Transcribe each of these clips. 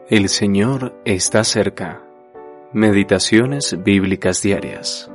El Señor está cerca. Meditaciones bíblicas diarias.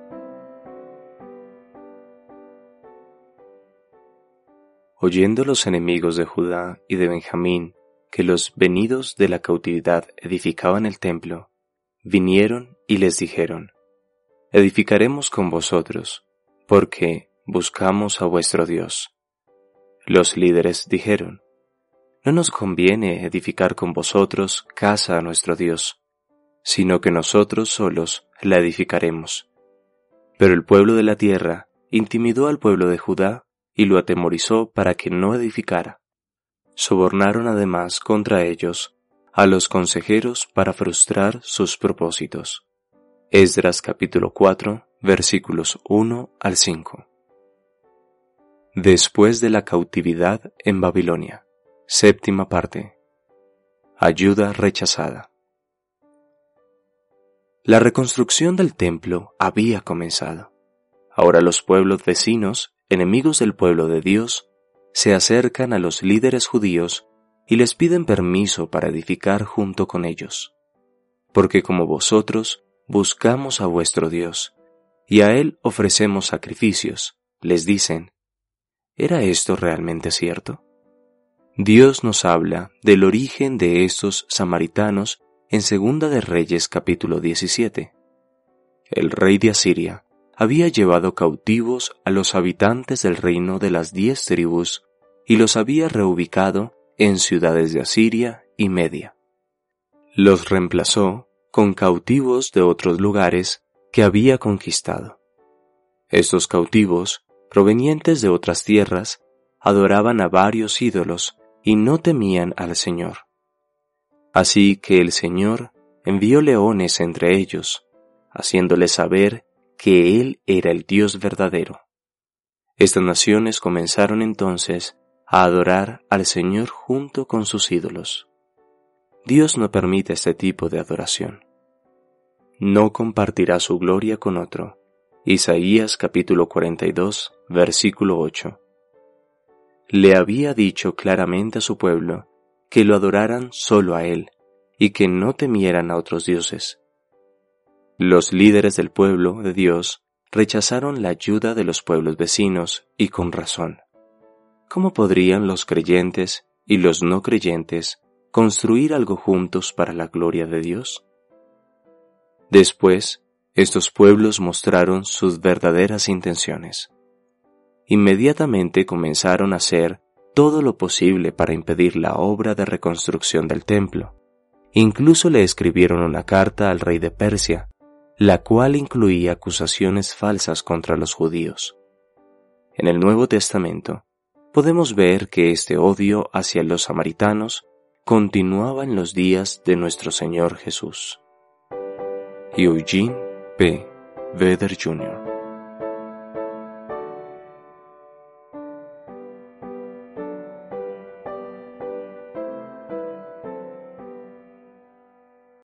Oyendo los enemigos de Judá y de Benjamín que los venidos de la cautividad edificaban el templo, vinieron y les dijeron: Edificaremos con vosotros, porque buscamos a vuestro Dios. Los líderes dijeron: No nos conviene edificar con vosotros casa a nuestro Dios, sino que nosotros solos la edificaremos. Pero el pueblo de la tierra intimidó al pueblo de Judá y lo atemorizó para que no edificara. Sobornaron además contra ellos a los consejeros para frustrar sus propósitos. Esdras capítulo 4, versículos 1 al 5. Después de la cautividad en Babilonia. Séptima parte. Ayuda rechazada. La reconstrucción del templo había comenzado. Ahora los pueblos vecinos, enemigos del pueblo de Dios, se acercan a los líderes judíos y les piden permiso para edificar junto con ellos. Porque como vosotros buscamos a vuestro Dios, y a Él ofrecemos sacrificios, les dicen. ¿Era esto realmente cierto? Dios nos habla del origen de estos samaritanos en Segunda de Reyes capítulo 17. El rey de Asiria había llevado cautivos a los habitantes del reino de las 10 tribus y los había reubicado en ciudades de Asiria y Media. Los reemplazó con cautivos de otros lugares que había conquistado. Estos cautivos, provenientes de otras tierras, adoraban a varios ídolos y no temían al Señor. Así que el Señor envió leones entre ellos, haciéndoles saber que Él era el Dios verdadero. Estas naciones comenzaron entonces a adorar al Señor junto con sus ídolos. Dios no permite este tipo de adoración. No compartirá su gloria con otro. Isaías capítulo 42, versículo 8. Le había dicho claramente a su pueblo que lo adoraran solo a Él y que no temieran a otros dioses. Los líderes del pueblo de Dios rechazaron la ayuda de los pueblos vecinos y con razón. ¿Cómo podrían los creyentes y los no creyentes construir algo juntos para la gloria de Dios? Después, estos pueblos mostraron sus verdaderas intenciones. Inmediatamente comenzaron a hacer todo lo posible para impedir la obra de reconstrucción del templo. Incluso le escribieron una carta al rey de Persia, la cual incluía acusaciones falsas contra los judíos. En el Nuevo Testamento, podemos ver que este odio hacia los samaritanos continuaba en los días de nuestro Señor Jesús. Eugene P. Vedder Jr.